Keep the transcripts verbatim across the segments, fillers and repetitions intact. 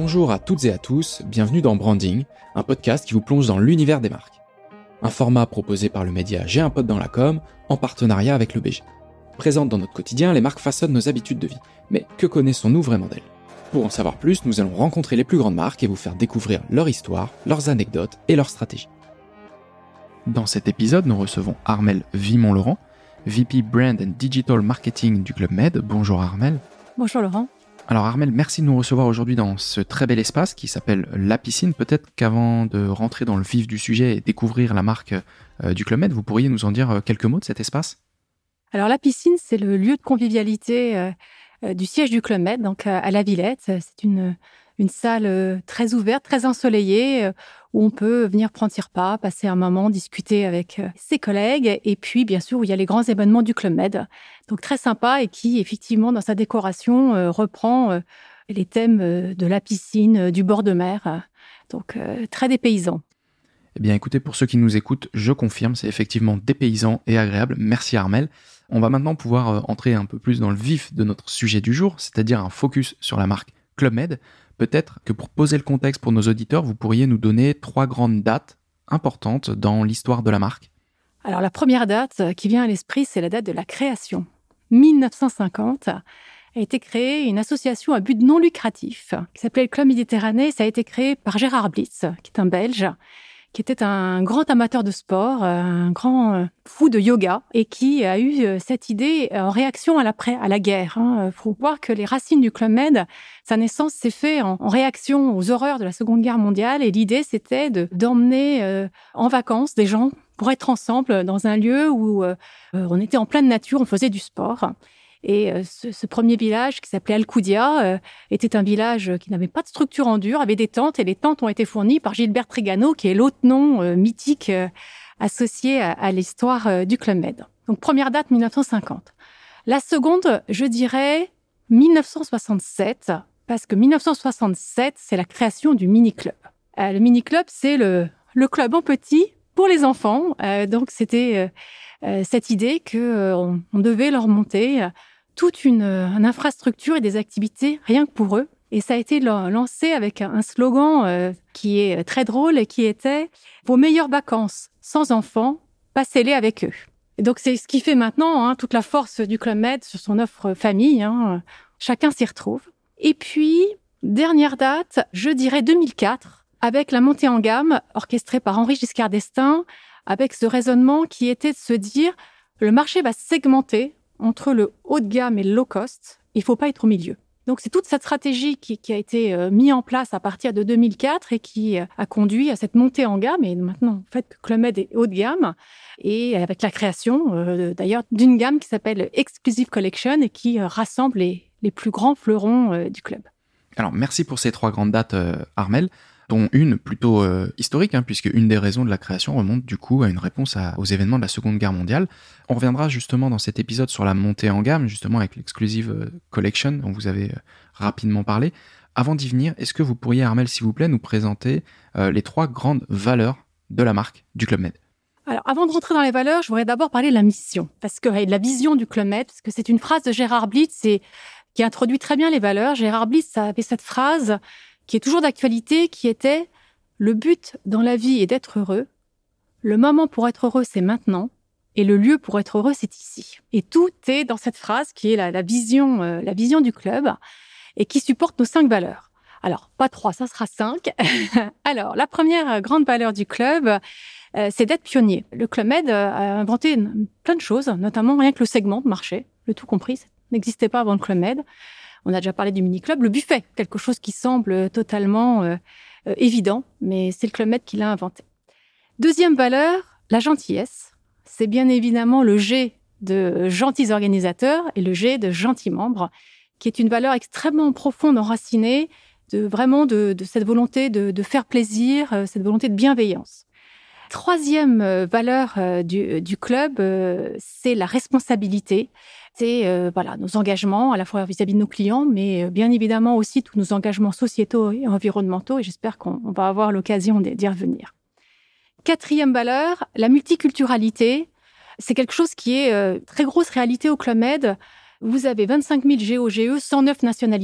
Bonjour à toutes et à tous, bienvenue dans Branding, un podcast qui vous plonge dans l'univers des marques. Un format proposé par le média J'ai un pote dans la com, en partenariat avec le B G. Présentes dans notre quotidien, les marques façonnent nos habitudes de vie. Mais que connaissons-nous vraiment d'elles ? Pour en savoir plus, nous allons rencontrer les plus grandes marques et vous faire découvrir leur histoire, leurs anecdotes et leurs stratégies. Dans cet épisode, nous recevons Armelle Vimont-Laurent, V P Brand and Digital Marketing du Club Med. Bonjour Armelle. Bonjour Laurent. Alors Armelle, merci de nous recevoir aujourd'hui dans ce très bel espace qui s'appelle La Piscine. Peut-être qu'avant de rentrer dans le vif du sujet et découvrir la marque euh, du Club Med, vous pourriez nous en dire quelques mots de cet espace ? Alors La Piscine, c'est le lieu de convivialité euh, euh, du siège du Club Med, donc euh, à la Villette. C'est une, une salle euh, très ouverte, très ensoleillée, euh, où on peut venir prendre ses repas, passer un moment, discuter avec euh, ses collègues. Et puis, bien sûr, où il y a les grands événements du Club Med. Donc très sympa et qui, effectivement, dans sa décoration, euh, reprend euh, les thèmes euh, de la piscine, euh, du bord de mer. Euh, donc euh, très dépaysant. Eh bien écoutez, pour ceux qui nous écoutent, je confirme, c'est effectivement dépaysant et agréable. Merci Armelle. On va maintenant pouvoir euh, entrer un peu plus dans le vif de notre sujet du jour, c'est-à-dire un focus sur la marque Club Med. Peut-être que pour poser le contexte pour nos auditeurs, vous pourriez nous donner trois grandes dates importantes dans l'histoire de la marque. Alors la première date qui vient à l'esprit, c'est la date de la création. dix-neuf cent cinquante a été créée une association à but non lucratif qui s'appelait le Club Méditerranée. Ça a été créé par Gérard Blitz, qui est un Belge, qui était un grand amateur de sport, un grand fou de yoga, et qui a eu cette idée en réaction à la, à la guerre. Il faut voir que les racines du Club Med, sa naissance s'est faite en, en réaction aux horreurs de la Seconde Guerre mondiale, et l'idée, c'était de, d'emmener euh, en vacances des gens pour être ensemble dans un lieu où euh, on était en pleine nature, on faisait du sport. Et euh, ce, ce premier village, qui s'appelait Alcoudia, euh, était un village qui n'avait pas de structure en dur, avait des tentes, et les tentes ont été fournies par Gilbert Trigano, qui est l'autre nom euh, mythique euh, associé à, à l'histoire euh, du Club Med. Donc première date, dix-neuf cent cinquante. La seconde, je dirais dix-neuf cent soixante-sept, parce que dix-neuf cent soixante-sept, c'est la création du mini-club. Euh, le mini-club, c'est le, le club en petit pour les enfants. Euh, donc c'était euh, euh, cette idée que euh, on, on devait leur monter euh, toute une, euh, une infrastructure et des activités rien que pour eux. Et ça a été lancé avec un slogan euh, qui est très drôle et qui était « Vos meilleures vacances sans enfants, passez-les avec eux ». Et donc c'est ce qui fait maintenant hein, toute la force du Club Med sur son offre famille. Hein, chacun s'y retrouve. Et puis, dernière date, je dirais deux mille quatre, avec la montée en gamme orchestrée par Henri Giscard d'Estaing, avec ce raisonnement qui était de se dire le marché va se segmenter entre le haut de gamme et le low cost, il ne faut pas être au milieu. Donc c'est toute cette stratégie qui, qui a été euh, mise en place à partir de deux mille quatre et qui euh, a conduit à cette montée en gamme, et maintenant, en fait, que Club Med est haut de gamme, et avec la création, euh, d'ailleurs, d'une gamme qui s'appelle Exclusive Collection et qui euh, rassemble les, les plus grands fleurons euh, du club. Alors merci pour ces trois grandes dates, euh, Armelle, dont une plutôt euh, historique, hein, puisque une des raisons de la création remonte du coup à une réponse à, aux événements de la Seconde Guerre mondiale. On reviendra justement dans cet épisode sur la montée en gamme, justement avec l'Exclusive euh, Collection dont vous avez euh, rapidement parlé. Avant d'y venir, est-ce que vous pourriez, Armelle, s'il vous plaît, nous présenter euh, les trois grandes valeurs de la marque du Club Med ? Alors, avant de rentrer dans les valeurs, je voudrais d'abord parler de la mission, parce que et de la vision du Club Med, parce que c'est une phrase de Gérard Blitz et, qui introduit très bien les valeurs. Gérard Blitz avait cette phrase qui est toujours d'actualité, qui était « Le but dans la vie est d'être heureux. Le moment pour être heureux, c'est maintenant. Et le lieu pour être heureux, c'est ici. » Et tout est dans cette phrase qui est la, la, vision, euh, la vision du club et qui supporte nos cinq valeurs. Alors, pas trois, ça sera cinq. Alors, la première grande valeur du club, euh, c'est d'être pionnier. Le Club Med a inventé une, plein de choses, notamment rien que le segment de marché, le tout compris, ça n'existait pas avant le Club Med. On a déjà parlé du mini-club, le buffet, quelque chose qui semble totalement euh, euh, évident, mais c'est le Club Med qui l'a inventé. Deuxième valeur, la gentillesse. C'est bien évidemment le G de gentils organisateurs et le G de gentils membres, qui est une valeur extrêmement profonde, enracinée, de vraiment de, de cette volonté de, de faire plaisir, euh, cette volonté de bienveillance. Troisième euh, valeur euh, du, du club, euh, c'est la responsabilité. C'est euh, voilà, nos engagements, à la fois vis-à-vis de nos clients, mais euh, bien évidemment aussi tous nos engagements sociétaux et environnementaux, et j'espère qu'on on va avoir l'occasion d'y revenir. Quatrième valeur, la multiculturalité. C'est quelque chose qui est euh, très grosse réalité au Club Med. Vous avez vingt-cinq mille G O G E, cent neuf nationalités.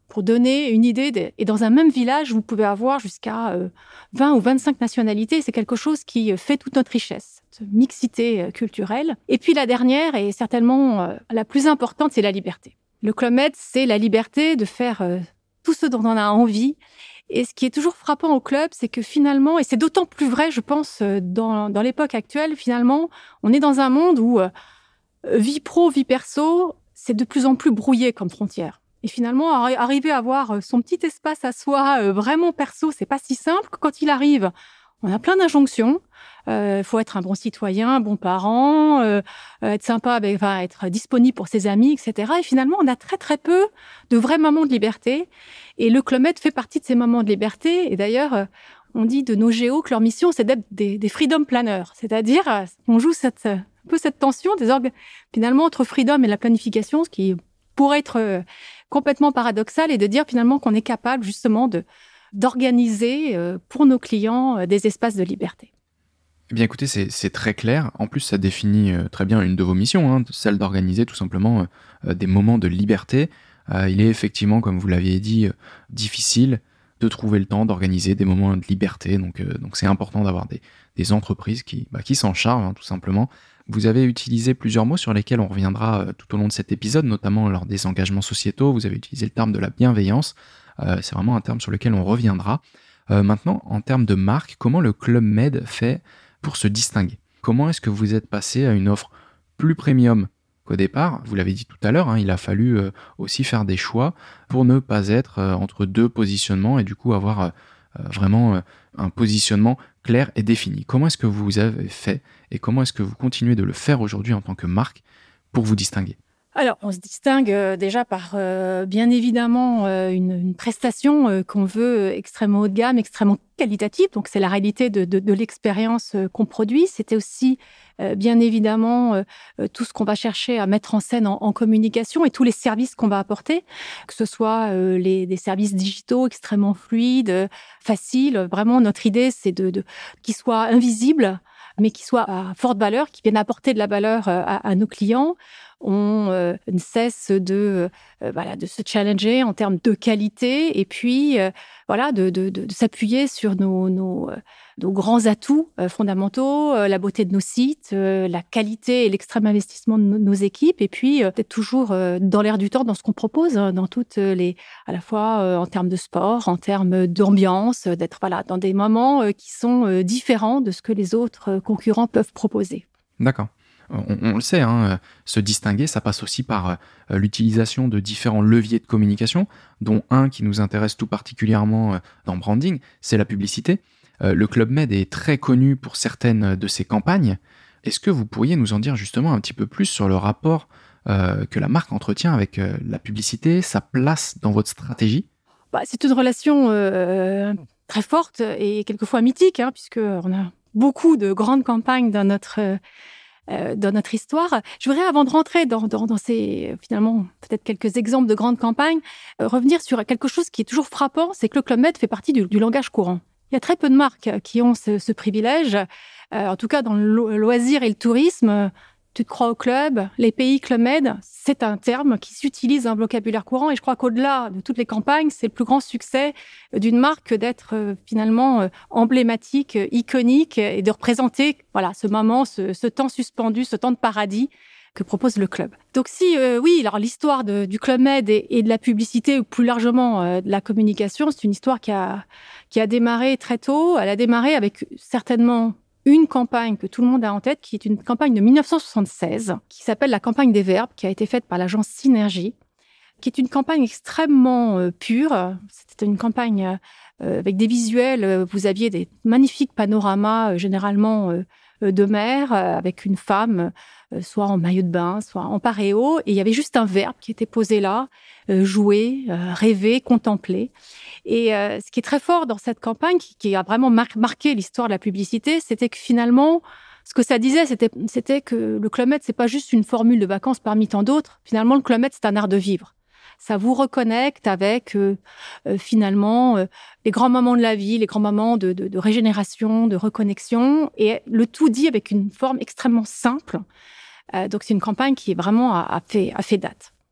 pour donner une idée. De... Et dans un même village, vous pouvez avoir jusqu'à euh, vingt ou vingt-cinq nationalités. C'est quelque chose qui fait toute notre richesse, cette mixité euh, culturelle. Et puis la dernière, et certainement euh, la plus importante, c'est la liberté. Le Club Med, c'est la liberté de faire euh, tout ce dont on a envie. Et ce qui est toujours frappant au club, c'est que finalement, et c'est d'autant plus vrai, je pense, dans, dans l'époque actuelle, finalement, on est dans un monde où euh, vie pro, vie perso, c'est de plus en plus brouillé comme frontière. Et finalement, arriver à avoir son petit espace à soi, euh, vraiment perso, c'est pas si simple. Quand il arrive, on a plein d'injonctions. Il euh, faut être un bon citoyen, un bon parent, euh, être sympa, avec, enfin, être disponible pour ses amis, et cetera. Et finalement, on a très très peu de vrais moments de liberté. Et le Club Med fait partie de ces moments de liberté. Et d'ailleurs, euh, on dit de nos géos que leur mission, c'est d'être des, des freedom planners. C'est-à-dire, euh, on joue cette, un peu cette tension des orga- finalement entre freedom et la planification, ce qui pourrait être euh, complètement paradoxal, et de dire finalement qu'on est capable justement de d'organiser euh, pour nos clients euh, des espaces de liberté. Eh bien écoutez, c'est, c'est très clair. En plus, ça définit euh, très bien une de vos missions, hein, celle d'organiser tout simplement euh, des moments de liberté. Euh, il est effectivement, comme vous l'aviez dit, euh, difficile de trouver le temps d'organiser des moments de liberté. Donc, euh, donc c'est important d'avoir des, des entreprises qui, bah, qui s'en chargent, hein, tout simplement. Vous avez utilisé plusieurs mots sur lesquels on reviendra euh, tout au long de cet épisode, notamment lors des engagements sociétaux. Vous avez utilisé le terme de la bienveillance. Euh, c'est vraiment un terme sur lequel on reviendra. Euh, maintenant, en termes de marque, comment le Club Med fait pour se distinguer? Comment est-ce que vous êtes passé à une offre plus premium qu'au départ? Vous l'avez dit tout à l'heure, hein, il a fallu euh, aussi faire des choix pour ne pas être euh, entre deux positionnements et du coup avoir euh, vraiment euh, un positionnement clair et défini. Comment est-ce que vous avez fait et comment est-ce que vous continuez de le faire aujourd'hui en tant que marque pour vous distinguer? Alors, on se distingue euh, déjà par, euh, bien évidemment, euh, une, une prestation euh, qu'on veut extrêmement haut de gamme, extrêmement qualitative. Donc, c'est la réalité de, de, de l'expérience euh, qu'on produit. C'était aussi, euh, bien évidemment, euh, tout ce qu'on va chercher à mettre en scène en, en communication et tous les services qu'on va apporter, que ce soit euh, les, des services digitaux extrêmement fluides, euh, faciles. Vraiment, notre idée, c'est de, de qu'ils soient invisibles, mais qui soient à forte valeur, qui viennent apporter de la valeur à, à nos clients. On euh, ne cesse de, euh, voilà, de se challenger en termes de qualité et puis euh, voilà, de, de, de, de s'appuyer sur nos, nos, euh, nos grands atouts euh, fondamentaux, euh, la beauté de nos sites, euh, la qualité et l'extrême investissement de nos, nos équipes, et puis euh, d'être toujours euh, dans l'air du temps dans ce qu'on propose, hein, dans toutes les, à la fois euh, en termes de sport, en termes d'ambiance, d'être voilà, dans des moments euh, qui sont euh, différents de ce que les autres euh, concurrents peuvent proposer. D'accord. On, on le sait, hein, se distinguer, ça passe aussi par euh, l'utilisation de différents leviers de communication, dont un qui nous intéresse tout particulièrement euh, dans branding, c'est la publicité. Euh, le Club Med est très connu pour certaines de ses campagnes. Est-ce que vous pourriez nous en dire justement un petit peu plus sur le rapport euh, que la marque entretient avec euh, la publicité, sa place dans votre stratégie? Bah, c'est une relation euh, très forte et quelquefois mythique, hein, puisqu'on a beaucoup de grandes campagnes dans notre... Euh, Euh, dans notre histoire. Je voudrais, avant de rentrer dans, dans, dans ces, finalement, peut-être quelques exemples de grandes campagnes, euh, revenir sur quelque chose qui est toujours frappant, c'est que le Club Med fait partie du, du langage courant. Il y a très peu de marques qui ont ce, ce privilège. Euh, en tout cas, dans le lo- loisir et le tourisme, tu te crois au club, les pays Club Med, c'est un terme qui s'utilise dans un vocabulaire courant. Et je crois qu'au-delà de toutes les campagnes, c'est le plus grand succès d'une marque d'être euh, finalement euh, emblématique, euh, iconique et de représenter voilà ce moment, ce, ce temps suspendu, ce temps de paradis que propose le club. Donc si, euh, oui, alors l'histoire de, du Club Med et, et de la publicité, ou plus largement euh, de la communication, c'est une histoire qui a, qui a démarré très tôt. Elle a démarré avec certainement une campagne que tout le monde a en tête, qui est une campagne de dix-neuf cent soixante-seize, qui s'appelle la campagne des Verbes, qui a été faite par l'agence Synergie, qui est une campagne extrêmement euh, pure. C'était une campagne euh, avec des visuels. Vous aviez des magnifiques panoramas, euh, généralement euh, de mer, euh, avec une femme, euh, soit en maillot de bain, soit en paréo. Et il y avait juste un verbe qui était posé là, euh, jouer, euh, rêver, contempler. Et euh, ce qui est très fort dans cette campagne, qui, qui a vraiment mar- marqué l'histoire de la publicité, c'était que finalement, ce que ça disait, c'était, c'était que le Club Med, c'est pas juste une formule de vacances parmi tant d'autres. Finalement, le Club Med, c'est un art de vivre. Ça vous reconnecte avec, euh, euh, finalement, euh, les grands moments de la vie, les grands moments de, de, de régénération, de reconnexion, et le tout dit avec une forme extrêmement simple. Euh, donc, c'est une campagne qui vraiment a, a, fait, a fait date.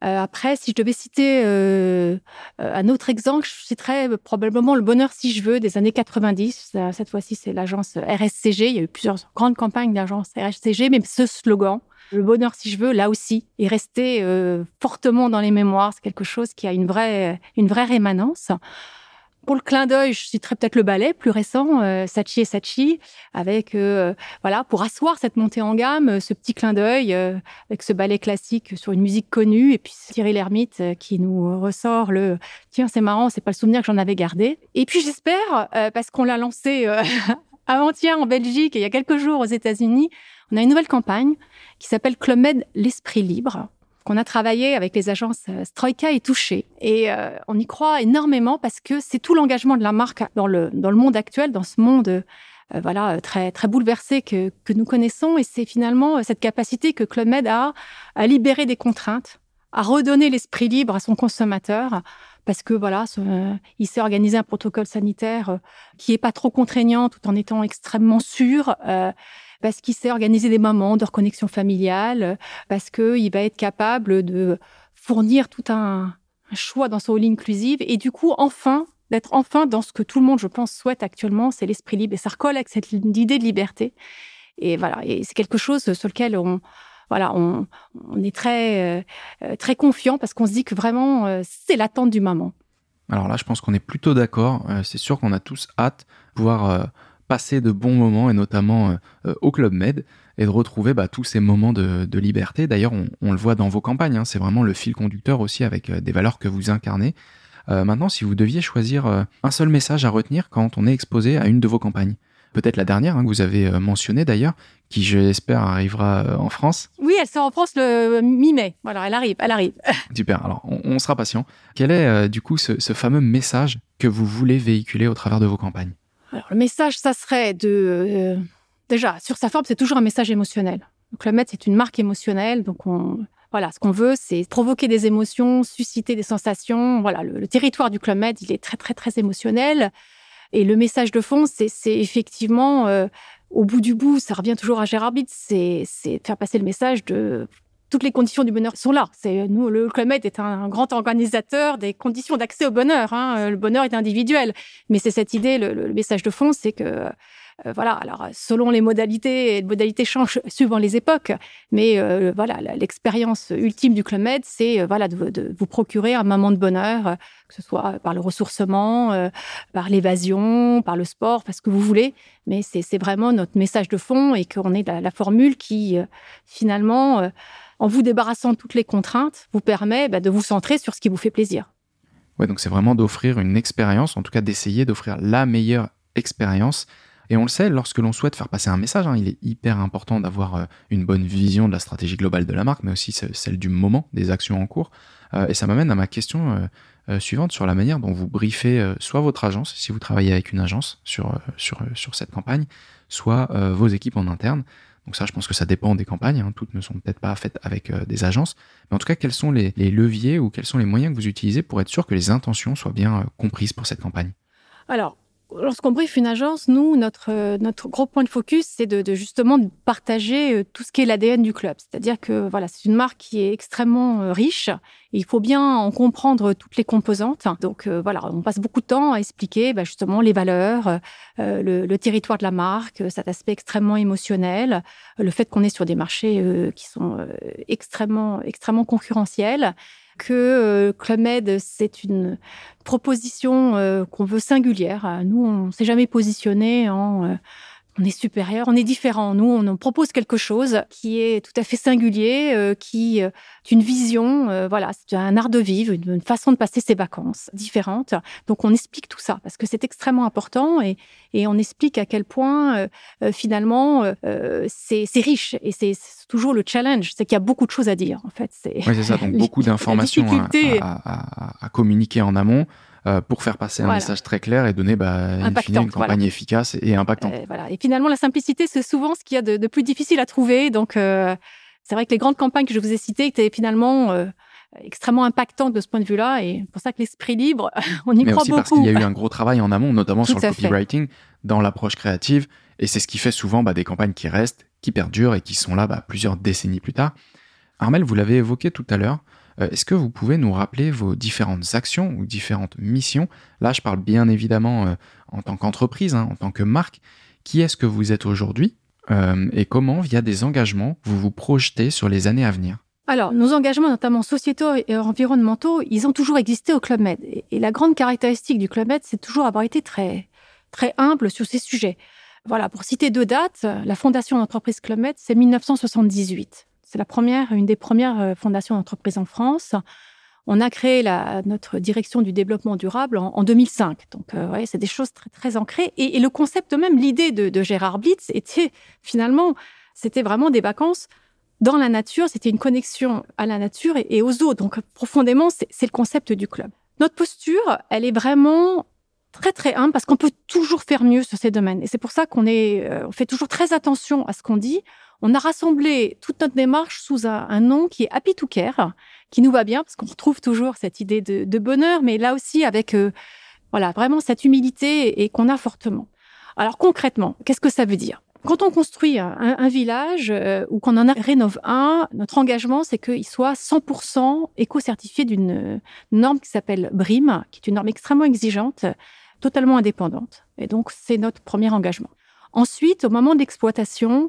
Euh, après, si je devais citer euh, un autre exemple, je citerais probablement Le Bonheur si je veux des années quatre-vingt-dix. Cette fois-ci, c'est l'agence R S C G. Il y a eu plusieurs grandes campagnes d'agence R S C G, mais ce slogan, Le Bonheur si je veux, là aussi, est resté euh, fortement dans les mémoires. C'est quelque chose qui a une vraie, une vraie rémanence. Pour le clin d'œil, je citerai peut-être le ballet plus récent, euh, Saatchi et Saatchi, avec euh, voilà pour asseoir cette montée en gamme, euh, ce petit clin d'œil euh, avec ce ballet classique sur une musique connue, et puis Thierry Lhermitte euh, qui nous ressort le tiens c'est marrant, c'est pas le souvenir que j'en avais gardé. Et puis j'espère euh, parce qu'on l'a lancé euh, avant-hier en Belgique et il y a quelques jours aux États-Unis, on a une nouvelle campagne qui s'appelle Club Med l'esprit libre, qu'on a travaillé avec les agences Stroika et Touché. Et euh, on y croit énormément parce que c'est tout l'engagement de la marque dans le, dans le monde actuel, dans ce monde euh, voilà, très, très bouleversé que, que nous connaissons. Et c'est finalement cette capacité que Club Med a à libérer des contraintes, à redonner l'esprit libre à son consommateur, parce que voilà, ce, euh, il sait organiser un protocole sanitaire euh, qui est pas trop contraignant tout en étant extrêmement sûr. Euh, parce qu'il sait organiser des moments de reconnexion familiale, parce qu'il va être capable de fournir tout un, un choix dans son all inclusive, et du coup, enfin, d'être enfin dans ce que tout le monde, je pense, souhaite actuellement, c'est l'esprit libre. Et ça recolle avec cette idée de liberté. Et voilà, et c'est quelque chose sur lequel on, voilà, on, on est très, euh, très confiant, parce qu'on se dit que vraiment, euh, c'est l'attente du moment. Alors là, je pense qu'on est plutôt d'accord. Euh, c'est sûr qu'on a tous hâte de pouvoir euh, passer de bons moments, et notamment euh, au Club Med, et de retrouver bah, tous ces moments de, de liberté. D'ailleurs, on, on le voit dans vos campagnes, hein, c'est vraiment le fil conducteur aussi avec euh, des valeurs que vous incarnez. Euh, maintenant, si vous deviez choisir euh, un seul message à retenir quand on est exposé à une de vos campagnes, peut-être la dernière hein, que vous avez euh, mentionnée d'ailleurs, qui j'espère arrivera euh, en France. Oui, elle sort en France le mi-mai. Voilà, elle arrive, elle arrive. Super, alors on, on sera patient. Quel est euh, du coup ce, ce fameux message que vous voulez véhiculer au travers de vos campagnes ? Alors, le message, ça serait de... Euh, déjà, sur sa forme, c'est toujours un message émotionnel. Donc, Club Med, c'est une marque émotionnelle. Donc, on, voilà, ce qu'on veut, c'est provoquer des émotions, susciter des sensations. Voilà, le, le territoire du Club Med, il est très, très, très émotionnel. Et le message de fond, c'est, c'est effectivement, euh, au bout du bout, ça revient toujours à Gérard Bitt, c'est, c'est faire passer le message de... Toutes les conditions du bonheur sont là. C'est, nous, le Club Med est un, un grand organisateur des conditions d'accès au bonheur. Hein. Le bonheur est individuel. Mais c'est cette idée, le, le message de fond, c'est que, euh, voilà, alors, selon les modalités, les modalités changent suivant les époques. Mais euh, voilà, l'expérience ultime du Club Med, c'est euh, voilà, de, de vous procurer un moment de bonheur, euh, que ce soit par le ressourcement, euh, par l'évasion, par le sport, par ce que vous voulez. Mais c'est, c'est vraiment notre message de fond, et qu'on est la, la formule qui, euh, finalement... Euh, en vous débarrassant de toutes les contraintes, vous permet bah, de vous centrer sur ce qui vous fait plaisir. Ouais, donc c'est vraiment d'offrir une expérience, en tout cas d'essayer d'offrir la meilleure expérience. Et on le sait, lorsque l'on souhaite faire passer un message, hein, il est hyper important d'avoir euh, une bonne vision de la stratégie globale de la marque, mais aussi celle du moment, des actions en cours. Euh, et ça m'amène à ma question euh, euh, suivante sur la manière dont vous briefez euh, soit votre agence, si vous travaillez avec une agence sur, euh, sur, euh, sur cette campagne, soit euh, vos équipes en interne. Donc ça, je pense que ça dépend des campagnes. Hein. Toutes ne sont peut-être pas faites avec euh, des agences. Mais en tout cas, quels sont les, les leviers ou quels sont les moyens que vous utilisez pour être sûr que les intentions soient bien euh, comprises pour cette campagne ? Alors, lorsqu'on briefe une agence, nous, notre, euh, notre gros point de focus, c'est de, de justement de partager euh, tout ce qui est l'A D N du club. C'est-à-dire que voilà, c'est une marque qui est extrêmement euh, riche. Et il faut bien en comprendre toutes les composantes. Donc euh, voilà, on passe beaucoup de temps à expliquer bah, justement les valeurs, euh, le, le territoire de la marque, cet aspect extrêmement émotionnel, le fait qu'on est sur des marchés euh, qui sont euh, extrêmement, extrêmement concurrentiels, que euh, Club Med, c'est une proposition euh, qu'on veut singulière. Nous, on ne s'est jamais positionné en... Euh, on est supérieur, on est différent. Nous, on, on propose quelque chose qui est tout à fait singulier, euh, qui est une vision, euh, voilà, c'est un art de vivre, une, une façon de passer ses vacances différente. Donc, on explique tout ça parce que c'est extrêmement important, et, et on explique à quel point, euh, euh, finalement, euh, c'est, c'est riche, et c'est, c'est toujours le challenge, c'est qu'il y a beaucoup de choses à dire, en fait. C'est... Oui, c'est ça, donc beaucoup d'informations à, à, à, à communiquer en amont. Euh, pour faire passer un voilà. message très clair et donner bah, in fine, une campagne voilà. efficace et impactante. Euh, voilà. Et finalement, la simplicité, c'est souvent ce qu'il y a de, de plus difficile à trouver. Donc, euh, c'est vrai que les grandes campagnes que je vous ai citées étaient finalement euh, extrêmement impactantes de ce point de vue-là. Et pour ça que l'esprit libre, on y Mais croit aussi beaucoup. Parce qu'il y a eu un gros travail en amont, notamment Tout sur le copywriting, fait. Dans l'approche créative. Et c'est ce qui fait souvent bah, des campagnes qui restent, qui perdurent et qui sont là bah, plusieurs décennies plus tard. Armelle, vous l'avez évoqué tout à l'heure. Euh, est-ce que vous pouvez nous rappeler vos différentes actions ou différentes missions ? Là, je parle bien évidemment euh, en tant qu'entreprise, hein, en tant que marque. Qui est-ce que vous êtes aujourd'hui euh, et comment, via des engagements, vous vous projetez sur les années à venir ? Alors, nos engagements, notamment sociétaux et environnementaux, ils ont toujours existé au Club Med. Et la grande caractéristique du Club Med, c'est toujours avoir été très, très humble sur ces sujets. Voilà, pour citer deux dates, la fondation d'entreprise Club Med, c'est dix-neuf cent soixante-dix-huit. C'est la première, une des premières fondations d'entreprise en France. On a créé la, notre direction du développement durable en, en deux mille cinq. Donc, euh, ouais, c'est des choses très, très ancrées. Et, et le concept même, l'idée de, de Gérard Blitz était finalement, c'était vraiment des vacances dans la nature. C'était une connexion à la nature et, et aux autres. Donc, profondément, c'est, c'est le concept du club. Notre posture, elle est vraiment très, très humble parce qu'on peut toujours faire mieux sur ces domaines. Et c'est pour ça qu'on est, euh, on fait toujours très attention à ce qu'on dit. On a rassemblé toute notre démarche sous un, un nom qui est Happy to Care, qui nous va bien parce qu'on retrouve toujours cette idée de, de bonheur, mais là aussi avec euh, voilà vraiment cette humilité et, et qu'on a fortement. Alors concrètement, qu'est-ce que ça veut dire ? Quand on construit un, un village euh, ou qu'on en a rénove un, notre engagement, c'est qu'il soit cent pour cent éco-certifié d'une norme qui s'appelle B R I M, qui est une norme extrêmement exigeante, totalement indépendante. Et donc, c'est notre premier engagement. Ensuite, au moment de l'exploitation,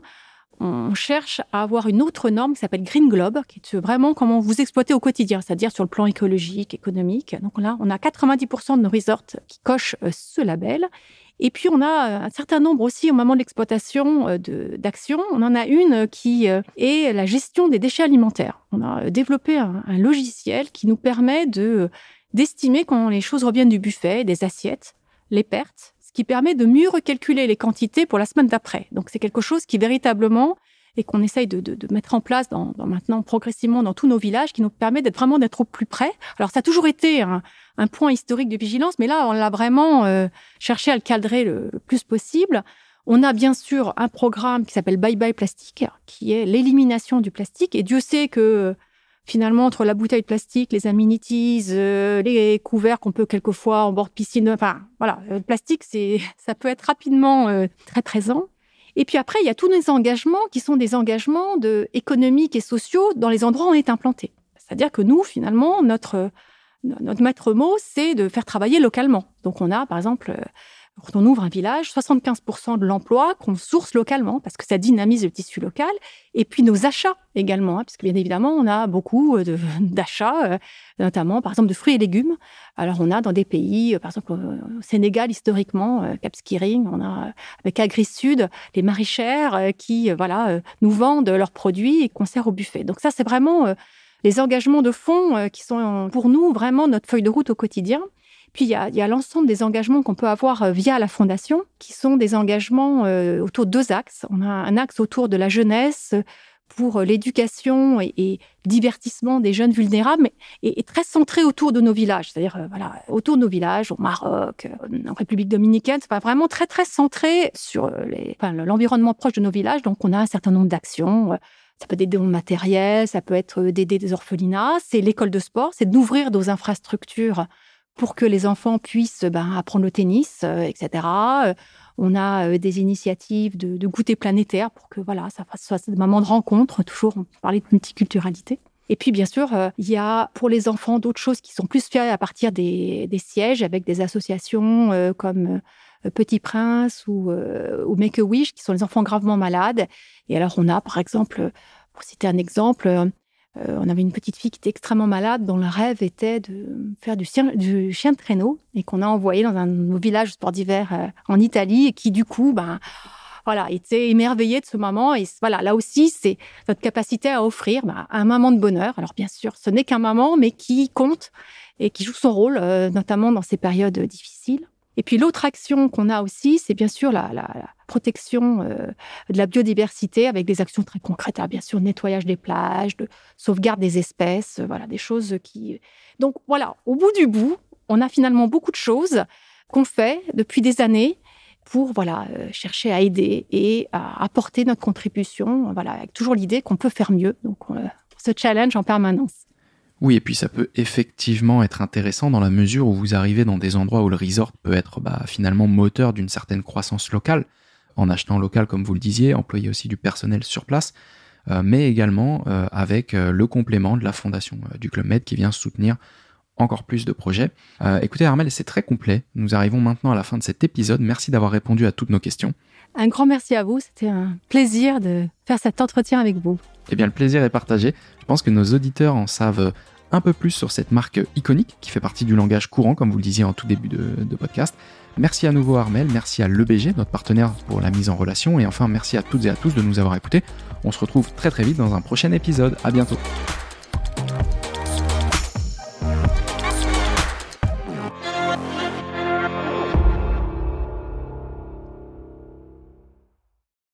on cherche à avoir une autre norme qui s'appelle Green Globe, qui est vraiment comment vous exploitez au quotidien, c'est-à-dire sur le plan écologique, économique. Donc là, on a quatre-vingt-dix pour cent de nos resorts qui cochent ce label. Et puis, on a un certain nombre aussi, au moment de l'exploitation de, d'actions. On en a une qui est la gestion des déchets alimentaires. On a développé un, un logiciel qui nous permet de, d'estimer quand les choses reviennent du buffet, des assiettes, les pertes, ce qui permet de mieux recalculer les quantités pour la semaine d'après. Donc, c'est quelque chose qui, véritablement, et qu'on essaye de, de, de mettre en place dans, dans maintenant progressivement dans tous nos villages, qui nous permet d'être vraiment d'être au plus près. Alors, ça a toujours été un, un point historique de vigilance, mais là, on l'a vraiment euh, cherché à le cadrer le, le plus possible. On a bien sûr un programme qui s'appelle Bye Bye Plastique, qui est l'élimination du plastique. Et Dieu sait que, finalement, entre la bouteille de plastique, les amenities, euh, les couverts qu'on peut quelquefois en bord de piscine, enfin, voilà, le plastique, c'est, ça peut être rapidement euh, très présent. Et puis après, il y a tous les engagements qui sont des engagements de, économiques et sociaux dans les endroits où on est implanté. C'est-à-dire que nous, finalement, notre, notre maître mot, c'est de faire travailler localement. Donc on a, par exemple, quand on ouvre un village, soixante-quinze pour cent de l'emploi qu'on source localement, parce que ça dynamise le tissu local, et puis nos achats également, hein, puisque bien évidemment, on a beaucoup de, d'achats, euh, notamment, par exemple, de fruits et légumes. Alors, on a dans des pays, euh, par exemple, au Sénégal, historiquement, euh, Cap Skirring, on a, euh, avec Agri-Sud, les maraîchères euh, qui, euh, voilà, euh, nous vendent leurs produits et qu'on sert au buffet. Donc ça, c'est vraiment euh, les engagements de fond euh, qui sont, pour nous, vraiment notre feuille de route au quotidien. Puis, il y a, il y a l'ensemble des engagements qu'on peut avoir via la Fondation, qui sont des engagements euh, autour de deux axes. On a un axe autour de la jeunesse pour l'éducation et, et le divertissement des jeunes vulnérables, et, et très centré autour de nos villages. C'est-à-dire, euh, voilà, autour de nos villages, au Maroc, euh, en République dominicaine, c'est pas vraiment très, très centré sur les, enfin, l'environnement proche de nos villages. Donc, on a un certain nombre d'actions. Ça peut être des dons matériels, ça peut être d'aider des orphelinats. C'est l'école de sport, c'est d'ouvrir nos infrastructures pour que les enfants puissent ben, apprendre le tennis, euh, et cetera. Euh, on a euh, des initiatives de, de goûter planétaire pour que voilà, ça fasse, soit des moments de rencontre. Toujours, on parlait de multiculturalité. Et puis, bien sûr, euh, il y a pour les enfants d'autres choses qui sont plus faites à partir des, des sièges avec des associations euh, comme euh, Petit Prince ou, euh, ou Make-A-Wish, qui sont les enfants gravement malades. Et alors, on a, par exemple, pour citer un exemple, euh, Euh, on avait une petite fille qui était extrêmement malade, dont le rêve était de faire du chien, du chien de traîneau, et qu'on a envoyé dans un de nos villages sport d'hiver euh, en Italie, et qui du coup, ben, voilà, était émerveillée de ce moment. Et voilà, là aussi, c'est notre capacité à offrir ben, un moment de bonheur. Alors bien sûr, ce n'est qu'un moment, mais qui compte et qui joue son rôle, euh, notamment dans ces périodes difficiles. Et puis l'autre action qu'on a aussi, c'est bien sûr la, la, la protection euh, de la biodiversité avec des actions très concrètes. Alors, bien sûr, nettoyage des plages, de sauvegarde des espèces, euh, voilà, des choses qui... Donc voilà, au bout du bout, on a finalement beaucoup de choses qu'on fait depuis des années pour voilà, euh, chercher à aider et à apporter notre contribution, voilà, avec toujours l'idée qu'on peut faire mieux. Donc on, euh, ce challenge en permanence. Oui, et puis ça peut effectivement être intéressant dans la mesure où vous arrivez dans des endroits où le resort peut être bah, finalement moteur d'une certaine croissance locale, en achetant local comme vous le disiez, employer aussi du personnel sur place. euh, mais également euh, avec euh, le complément de la fondation euh, du Club Med qui vient soutenir encore plus de projets. Euh, écoutez Armelle, c'est très complet. Nous arrivons maintenant à la fin de cet épisode. Merci d'avoir répondu à toutes nos questions. Un grand merci à vous. C'était un plaisir de faire cet entretien avec vous. Eh bien, le plaisir est partagé. Je pense que nos auditeurs en savent un peu plus sur cette marque iconique qui fait partie du langage courant, comme vous le disiez en tout début de, de podcast. Merci à nouveau Armelle, merci à l'E B G, notre partenaire pour la mise en relation. Et enfin, merci à toutes et à tous de nous avoir écoutés. On se retrouve très très vite dans un prochain épisode. À bientôt.